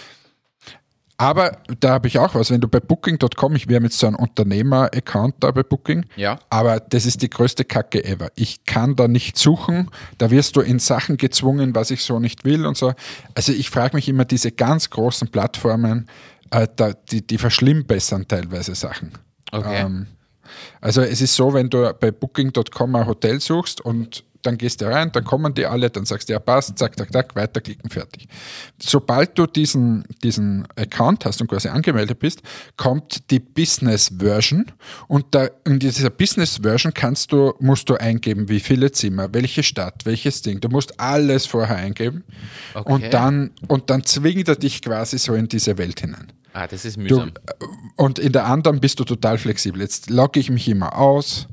Aber da habe ich auch was, wenn du bei Booking Punkt com, ich wäre mit so einem Unternehmer-Account da bei Booking, Ja. aber das ist die größte Kacke ever. Ich kann da nicht suchen, da wirst du in Sachen gezwungen, was ich so nicht will und so. Also ich frage mich immer, diese ganz großen Plattformen, äh, da, die, die verschlimmbessern teilweise Sachen. Okay. Ähm, also es ist so, wenn du bei Booking Punkt com ein Hotel suchst und dann gehst du rein, dann kommen die alle, dann sagst du, ja passt, zack, zack, zack, weiterklicken, fertig. Sobald du diesen, diesen Account hast und quasi angemeldet bist, kommt die Business-Version und da, in dieser Business-Version kannst du, musst du eingeben, wie viele Zimmer, welche Stadt, welches Ding. Du musst alles vorher eingeben Okay. und dann, und dann zwingt er dich quasi so in diese Welt hinein. Ah, das ist Du, mühsam. und in der anderen bist du total flexibel. Jetzt logge ich mich immer aus,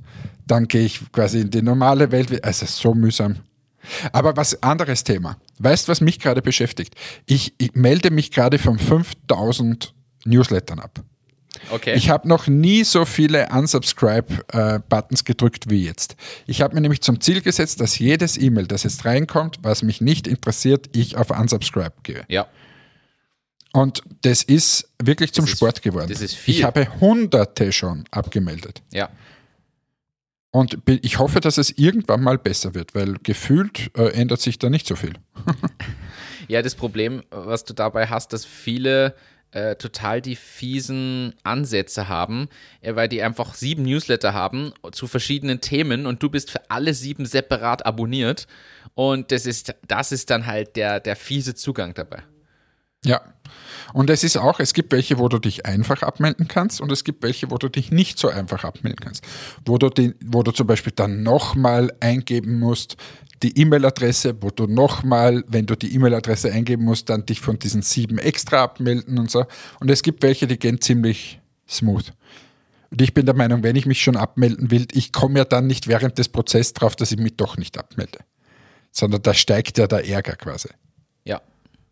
dann gehe ich quasi in die normale Welt. Also so mühsam. Aber was anderes Thema. Weißt du, was mich gerade beschäftigt? Ich, ich melde mich gerade von fünftausend Newslettern ab. Okay. Ich habe noch nie so viele Unsubscribe-Buttons gedrückt wie jetzt. Ich habe mir nämlich zum Ziel gesetzt, dass jedes E-Mail, das jetzt reinkommt, was mich nicht interessiert, ich auf Unsubscribe gehe. Ja. Und das ist wirklich zum Das ist- Sport geworden. das ist viel. Ich habe hunderte schon abgemeldet. Ja. Und bi- ich hoffe, dass es irgendwann mal besser wird, weil gefühlt äh, ändert sich da nicht so viel. Ja, das Problem, was du dabei hast, dass viele äh, total die fiesen Ansätze haben, äh, weil die einfach sieben Newsletter haben zu verschiedenen Themen und du bist für alle sieben separat abonniert und das ist, das ist dann halt der, der fiese Zugang dabei. Ja. Und es ist auch, es gibt welche, wo du dich einfach abmelden kannst und es gibt welche, wo du dich nicht so einfach abmelden kannst. Wo du, die, wo du zum Beispiel dann nochmal eingeben musst, die E-Mail-Adresse, wo du nochmal, wenn du die E-Mail-Adresse eingeben musst, dann dich von diesen sieben extra abmelden und so. Und es gibt welche, die gehen ziemlich smooth. Und ich bin der Meinung, wenn ich mich schon abmelden will, ich komme ja dann nicht während des Prozesses drauf, dass ich mich doch nicht abmelde. Sondern da steigt ja der Ärger quasi. Ja.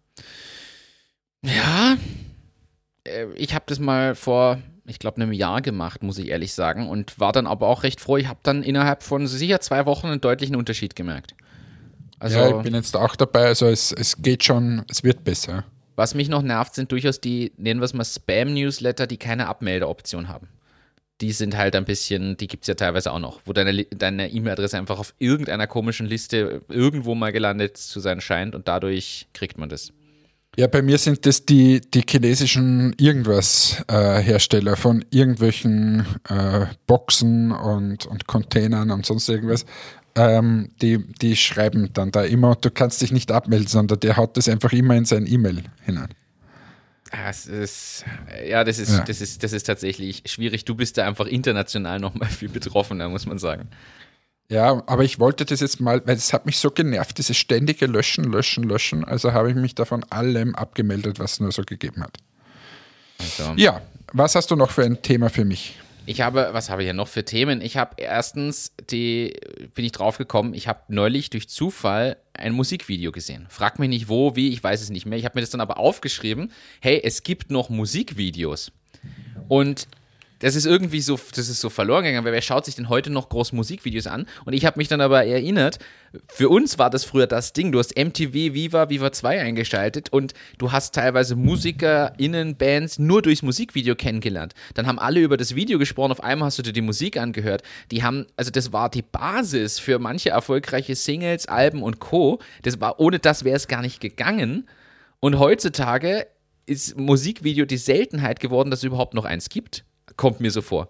Ja, äh, ich habe das mal vor, ich glaube, einem Jahr gemacht, muss ich ehrlich sagen, und war dann aber auch recht froh. Ich habe dann innerhalb von sicher zwei Wochen einen deutlichen Unterschied gemerkt. Also, ja, ich bin jetzt auch dabei, also es, es geht schon, es wird besser. was mich noch nervt, sind durchaus die, nennen wir es mal Spam-Newsletter, die keine Abmeldeoption haben. Die sind halt ein bisschen, die gibt es ja teilweise auch noch, wo deine, Li- deine E-Mail-Adresse einfach auf irgendeiner komischen Liste irgendwo mal gelandet zu sein scheint und dadurch kriegt man das. Ja, bei mir sind das die, die chinesischen Irgendwas-Hersteller von irgendwelchen äh, Boxen und, und Containern und sonst irgendwas. Ähm, die, die schreiben dann da immer, du kannst dich nicht abmelden, sondern der haut das einfach immer in sein E-Mail hinein. Das ist, ja, das ist, Ja. das ist, das ist tatsächlich schwierig. Du bist da einfach international nochmal viel betroffener, muss man sagen. Ja, aber ich wollte das jetzt mal, weil es hat mich so genervt, dieses ständige Löschen, Löschen, Löschen. Also habe ich mich da von allem abgemeldet, was es nur so gegeben hat. Also, Ja, was hast du noch für ein Thema für mich? ich habe, was habe ich ja noch für Themen? Ich habe erstens, die, bin ich drauf gekommen, ich habe neulich durch Zufall ein Musikvideo gesehen. Frag mich nicht wo, wie, ich weiß es nicht mehr. Ich habe mir das dann aber aufgeschrieben, hey, es gibt noch Musikvideos. Und das ist irgendwie so, das ist so verloren gegangen, weil wer schaut sich denn heute noch groß Musikvideos an? Und ich habe mich dann aber erinnert, für uns war das früher das Ding, du hast M T V, Viva, Viva zwei eingeschaltet und du hast teilweise MusikerInnen, Bands nur durchs Musikvideo kennengelernt. Dann haben alle über das Video gesprochen, auf einmal hast du dir die Musik angehört. Die haben, also das war die Basis für manche erfolgreiche Singles, Alben und Co. Das war, ohne das wäre es gar nicht gegangen. Und heutzutage ist Musikvideo die Seltenheit geworden, dass es überhaupt noch eins gibt. Kommt mir so vor.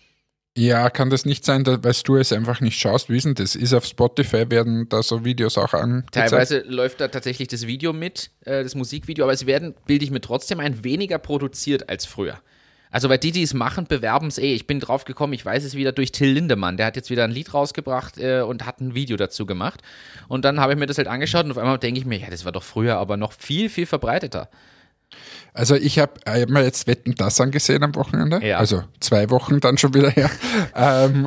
Ja, kann das nicht sein, da- weil du es einfach nicht schaust? Wie ist denn das? Ist auf Spotify, werden da so Videos auch angezeigt? Teilweise läuft da tatsächlich das Video mit, äh, das Musikvideo, aber es werden, bilde ich mir trotzdem ein, weniger produziert als früher. Also, weil die, die es machen, bewerben es eh. Ich bin drauf gekommen, ich weiß es wieder durch Till Lindemann. Der hat jetzt wieder ein Lied rausgebracht äh, und hat ein Video dazu gemacht. Und dann habe ich mir das halt angeschaut und auf einmal denke ich mir, ja, das war doch früher aber noch viel, viel verbreiteter. Also ich habe hab mir jetzt Wetten, das angesehen am Wochenende, Ja. also zwei Wochen dann schon wieder her. ähm,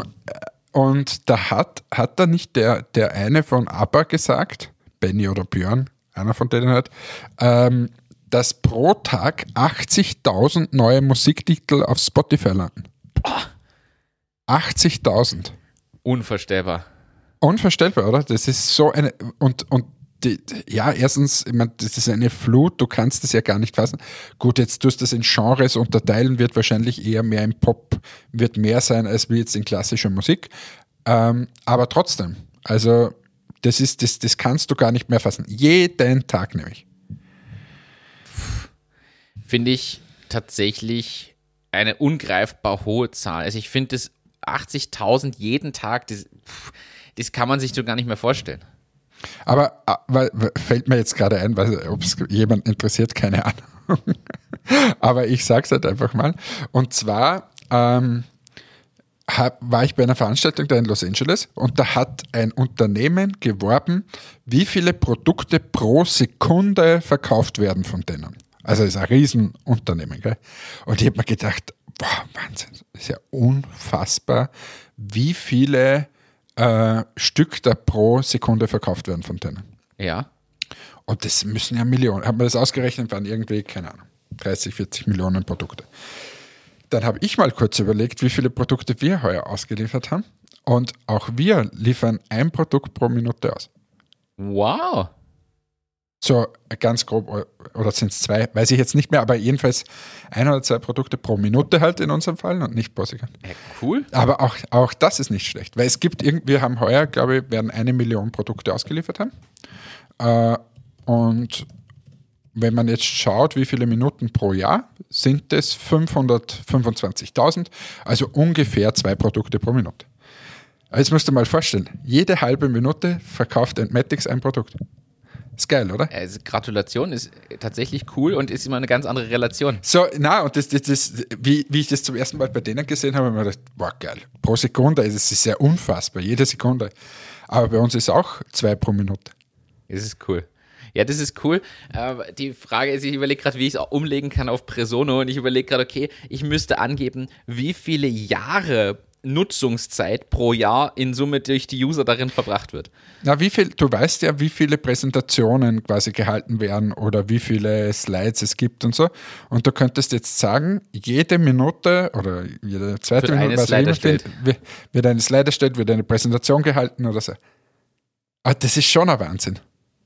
und da hat, hat da nicht der, der eine von ABBA gesagt, Benny oder Björn, einer von denen halt, ähm, dass pro Tag achtzigtausend neue Musiktitel auf Spotify landen. achtzigtausend. Unvorstellbar. Unvorstellbar, oder? Das ist so eine, und, und die, ja, erstens, ich meine, das ist eine Flut, du kannst das ja gar nicht fassen. Gut, jetzt tust du das in Genres unterteilen, wird wahrscheinlich eher mehr im Pop, wird mehr sein als wie jetzt in klassischer Musik. Ähm, aber trotzdem, also das ist, das, das kannst du gar nicht mehr fassen. Jeden Tag nämlich. Finde ich tatsächlich eine ungreifbar hohe Zahl. Also ich finde das achtzigtausend jeden Tag, das, pff, das kann man sich so gar nicht mehr vorstellen. Aber ah, weil, weil- fällt mir jetzt gerade ein, weil ob es jemand interessiert, keine Ahnung. Aber ich sag's halt einfach mal. Und zwar ähm, hab, war ich bei einer Veranstaltung da in Los Angeles und da hat ein Unternehmen geworben, wie viele Produkte pro Sekunde verkauft werden von denen. Also das ist ein Riesenunternehmen. Gell? Und ich habe mir gedacht, wow, Wahnsinn, das ist ja unfassbar, wie viele äh, Stück da pro Sekunde verkauft werden von denen. Ja. Und das müssen ja Millionen, haben wir das ausgerechnet, waren irgendwie, keine Ahnung, dreißig, vierzig Millionen Produkte. Dann habe ich mal kurz überlegt, wie viele Produkte wir heuer ausgeliefert haben. Und auch wir liefern ein Produkt pro Minute aus. Wow. So ganz grob, oder sind es zwei, weiß ich jetzt nicht mehr, aber jedenfalls ein oder zwei Produkte pro Minute halt in unserem Fall und nicht pro Sekunde. Ja, cool. Aber auch, auch das ist nicht schlecht, weil es gibt, irgend, wir haben heuer, glaube ich, werden eine Million Produkte ausgeliefert haben. Äh, und wenn man jetzt schaut, wie viele Minuten pro Jahr, sind es fünfhundertfünfundzwanzigtausend, also ungefähr zwei Produkte pro Minute. Jetzt musst du mal vorstellen, jede halbe Minute verkauft Entmatics ein Produkt. Ist geil, oder? Also Gratulation, ist tatsächlich cool und ist immer eine ganz andere Relation. So, na, und das, das, das, wie, wie ich das zum ersten Mal bei denen gesehen habe, habe ich mir gedacht, wow, geil. Pro Sekunde, das ist sehr unfassbar, jede Sekunde. Aber bei uns ist auch zwei pro Minute. Das ist cool. Ja, das ist cool. Aber die Frage ist, ich überlege gerade, wie ich es auch umlegen kann auf Presono und ich überlege gerade, okay, ich müsste angeben, wie viele Jahre Nutzungszeit pro Jahr in Summe durch die User darin verbracht wird. Na, wie viel, du weißt ja, wie viele Präsentationen quasi gehalten werden oder wie viele Slides es gibt und so. Und du könntest jetzt sagen, jede Minute oder jede zweite Wird Minute, eine Slide erstellt. Wird, wird eine Slide erstellt, wird eine Präsentation gehalten oder so. Aber das ist schon ein Wahnsinn.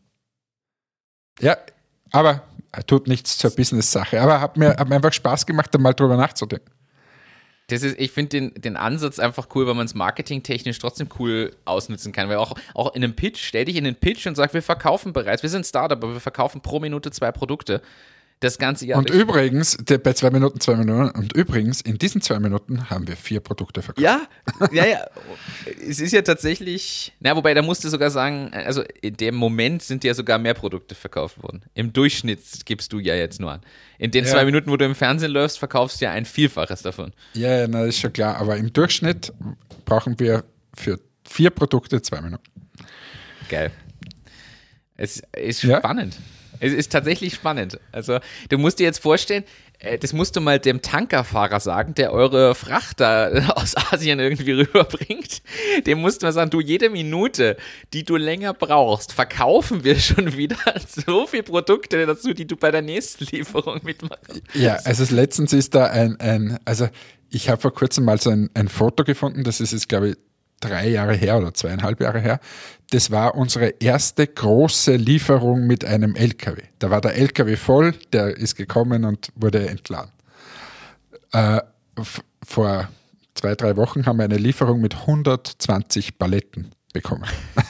Ja, aber tut nichts zur Business-Sache. Aber hat mir, hat mir einfach Spaß gemacht, da mal drüber nachzudenken. Das ist, ich finde den, den Ansatz einfach cool, weil man es marketingtechnisch trotzdem cool ausnutzen kann. Weil auch, auch in einem Pitch, stell dich in den Pitch und sag, wir verkaufen bereits, wir sind Startup, aber wir verkaufen pro Minute zwei Produkte. Das ganze Jahr. Und übrigens, der, bei zwei Minuten, zwei Minuten, und übrigens, in diesen zwei Minuten haben wir vier Produkte verkauft. Ja, ja, ja. Es ist ja tatsächlich, na, wobei, da musst du sogar sagen, also in dem Moment sind ja sogar mehr Produkte verkauft worden. Im Durchschnitt gibst du ja jetzt nur an. In den ja. zwei Minuten, wo du im Fernsehen läufst, verkaufst du ja ein Vielfaches davon. Ja, ja, na, das ist schon klar. Aber im Durchschnitt brauchen wir für vier Produkte zwei Minuten. Geil. Es ist Ja? spannend. Es ist tatsächlich spannend. Also, du musst dir jetzt vorstellen, das musst du mal dem Tankerfahrer sagen, der eure Fracht da aus Asien irgendwie rüberbringt. Dem musst du mal sagen, du, jede Minute, die du länger brauchst, verkaufen wir schon wieder so viele Produkte dazu, die du bei der nächsten Lieferung mitmachst. Ja, also letztens ist da ein, ein also ich habe vor kurzem mal so ein, ein Foto gefunden, das ist jetzt, glaube ich, drei Jahre her oder zweieinhalb Jahre her. Das war unsere erste große Lieferung mit einem L K W. Da war der L K W voll, der ist gekommen und wurde entladen. Äh, f- vor zwei, drei Wochen haben wir eine Lieferung mit hundertzwanzig Paletten bekommen.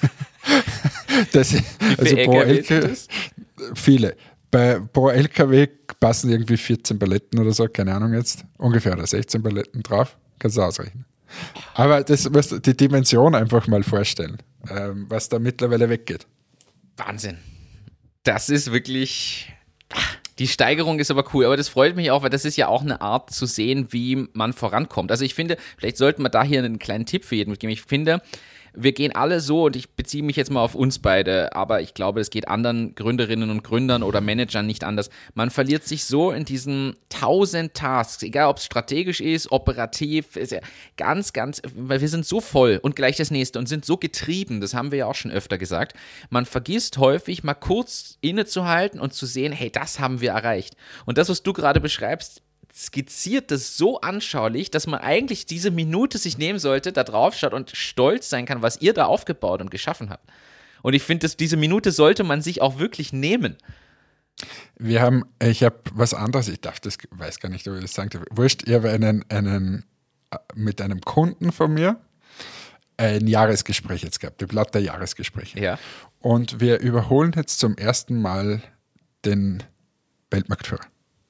das, also pro L K W, das? viele. Bei, pro L K W passen irgendwie vierzehn Paletten oder so, keine Ahnung jetzt, ungefähr oder sechzehn Paletten drauf. Kannst du ausrechnen. Aber das musst du die Dimension einfach mal vorstellen, ähm, was da mittlerweile weggeht. Wahnsinn. Das ist wirklich. Die Steigerung ist aber cool, aber das freut mich auch, weil das ist ja auch eine Art zu sehen, wie man vorankommt. Also ich finde, vielleicht sollten wir da hier einen kleinen Tipp für jeden mitgeben. Ich finde, wir gehen alle so, und ich beziehe mich jetzt mal auf uns beide, aber ich glaube, es geht anderen Gründerinnen und Gründern oder Managern nicht anders. Man verliert sich so in diesen tausend Tasks, egal ob es strategisch ist, operativ, ist ja ganz, ganz, weil wir sind so voll und gleich das nächste und sind so getrieben, das haben wir ja auch schon öfter gesagt. Man vergisst häufig mal kurz innezuhalten und zu sehen, hey, das haben wir erreicht. Und das, was du gerade beschreibst, skizziert das so anschaulich, dass man eigentlich diese Minute sich nehmen sollte, da drauf schaut und stolz sein kann, was ihr da aufgebaut und geschaffen habt. Und ich finde, diese Minute sollte man sich auch wirklich nehmen. Wir haben, ich habe was anderes, ich darf das, weiß gar nicht, ob ich das sagen darf. Wurscht, ich habe einen, einen, mit einem Kunden von mir ein Jahresgespräch jetzt gehabt, die Blatt der Jahresgespräche. Ja. Und wir überholen jetzt zum ersten Mal den Weltmarktführer.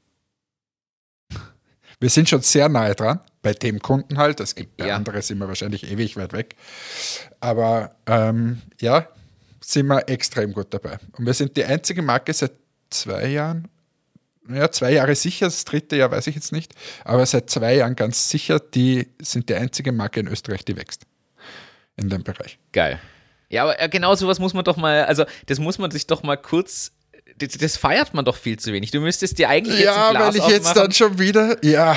Wir sind schon sehr nahe dran, bei dem Kunden halt. Es gibt bei ja. anderen sind wir wahrscheinlich ewig weit weg. Aber ähm, ja, sind wir extrem gut dabei. Und wir sind die einzige Marke seit zwei Jahren, ja, zwei Jahre sicher, das dritte Jahr weiß ich jetzt nicht, aber seit zwei Jahren ganz sicher, die sind die einzige Marke in Österreich, die wächst in dem Bereich. Geil. Ja, aber genau sowas muss man doch mal, also das muss man sich doch mal kurz das, das feiert man doch viel zu wenig. Du müsstest dir eigentlich jetzt ja, ein Glas weil ich jetzt aufmachen. dann schon wieder, ja,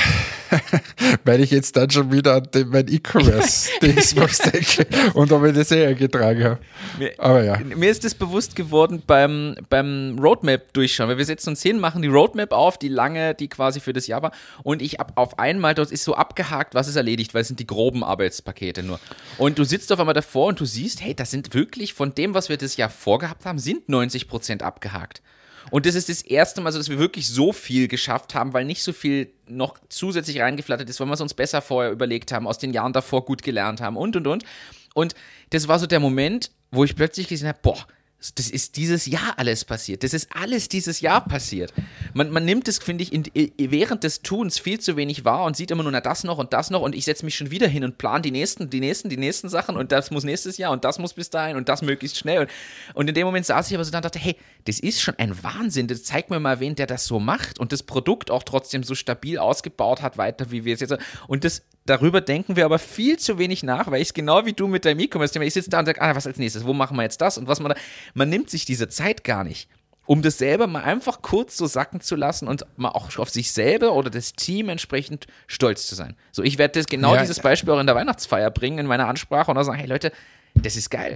weil ich jetzt dann schon wieder an den, mein Icarus-Dingsbox denke und ob ich das eh getragen habe. Mir, Aber ja. Mir ist das bewusst geworden beim, beim Roadmap-Durchschauen, weil wir setzen uns hin, machen die Roadmap auf, die lange, die quasi für das Jahr war, und ich ab auf einmal, dort ist so abgehakt, was ist erledigt, weil es sind die groben Arbeitspakete nur. Und du sitzt auf einmal davor und du siehst, hey, das sind wirklich von dem, was wir das Jahr vorgehabt haben, sind neunzig Prozent abgehakt. Und das ist das erste Mal, also, dass wir wirklich so viel geschafft haben, weil nicht so viel noch zusätzlich reingeflattert ist, weil wir es uns besser vorher überlegt haben, aus den Jahren davor gut gelernt haben und, und, und. Und das war so der Moment, wo ich plötzlich gesehen habe, boah, das ist dieses Jahr alles passiert. Das ist alles dieses Jahr passiert. Man, man nimmt es, finde ich, in, während des Tuns viel zu wenig wahr und sieht immer nur, na, das noch und das noch, und ich setze mich schon wieder hin und plane die nächsten, die nächsten, die nächsten Sachen, und das muss nächstes Jahr und das muss bis dahin und das möglichst schnell. Und, und in dem Moment saß ich aber so da und dachte, hey, das ist schon ein Wahnsinn. Das zeigt mir mal, wen der das so macht und das Produkt auch trotzdem so stabil ausgebaut hat, weiter, wie wir es jetzt. Und das Darüber denken wir aber viel zu wenig nach, weil ich es genau wie du mit deinem E-Commerce-Thema, ich sitze da und sage, ah, was als nächstes, wo machen wir jetzt das und was man da, man nimmt sich diese Zeit gar nicht, um das selber mal einfach kurz so sacken zu lassen und mal auch auf sich selber oder das Team entsprechend stolz zu sein. So, ich werde das genau ja, dieses Beispiel auch in der Weihnachtsfeier bringen, in meiner Ansprache, und dann sagen, hey Leute, das ist geil.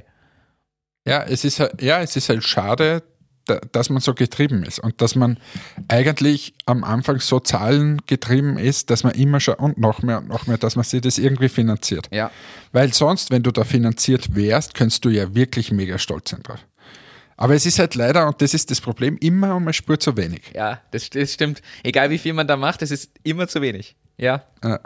Ja, es ist halt, ja, es ist halt schade, dass man so getrieben ist und dass man eigentlich am Anfang so zahlengetrieben ist, dass man immer schon und noch mehr und noch mehr, dass man sich das irgendwie finanziert. Ja. Weil sonst, wenn du da finanziert wärst, könntest du ja wirklich mega stolz sein drauf. Aber es ist halt leider, und das ist das Problem, immer um eine Spur zu wenig. Ja, das, das stimmt. Egal wie viel man da macht, es ist immer zu wenig. Ja. Ja.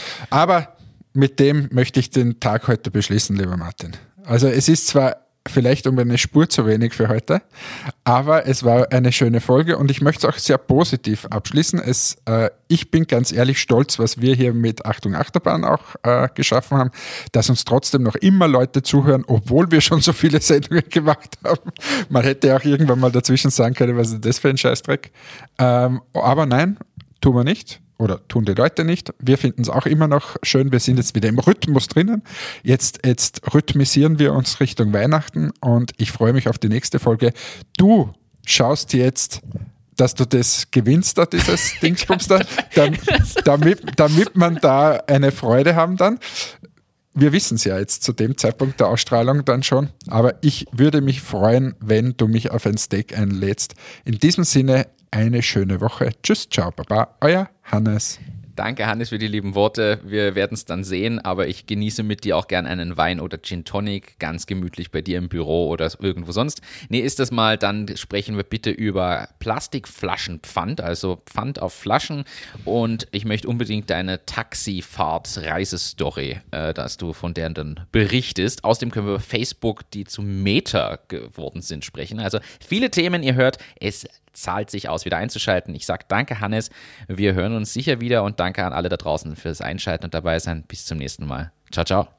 Aber mit dem möchte ich den Tag heute beschließen, lieber Martin. Also es ist zwar vielleicht um eine Spur zu wenig für heute, aber es war eine schöne Folge und ich möchte es auch sehr positiv abschließen. Es, äh, ich bin ganz ehrlich stolz, was wir hier mit Achtung Achterbahn auch äh, geschaffen haben, dass uns trotzdem noch immer Leute zuhören, obwohl wir schon so viele Sendungen gemacht haben. Man hätte auch irgendwann mal dazwischen sagen können, was ist das für ein Scheißdreck. Ähm, aber nein, tun wir nicht. Oder tun die Leute nicht. Wir finden es auch immer noch schön. Wir sind jetzt wieder im Rhythmus drinnen. Jetzt, jetzt rhythmisieren wir uns Richtung Weihnachten und ich freue mich auf die nächste Folge. Du schaust jetzt, dass du das gewinnst, da dieses Dingsbums da, damit, damit man da eine Freude haben dann. Wir wissen es ja jetzt zu dem Zeitpunkt der Ausstrahlung dann schon, aber ich würde mich freuen, wenn du mich auf ein Steak einlädst. In diesem Sinne, eine schöne Woche. Tschüss, ciao, baba, euer Hannes. Danke, Hannes, für die lieben Worte. Wir werden es dann sehen, aber ich genieße mit dir auch gern einen Wein oder Gin Tonic, ganz gemütlich bei dir im Büro oder irgendwo sonst. Nee, ist das mal, dann sprechen wir bitte über Plastikflaschenpfand, also Pfand auf Flaschen, und ich möchte unbedingt deine Taxifahrt-Reisestory, äh, dass du von der dann berichtest. Außerdem können wir über Facebook, die zu Meta geworden sind, sprechen. Also viele Themen, ihr hört, es zahlt sich aus, wieder einzuschalten. Ich sage danke, Hannes. Wir hören uns sicher wieder und danke an alle da draußen fürs Einschalten und dabei sein. Bis zum nächsten Mal. Ciao, ciao.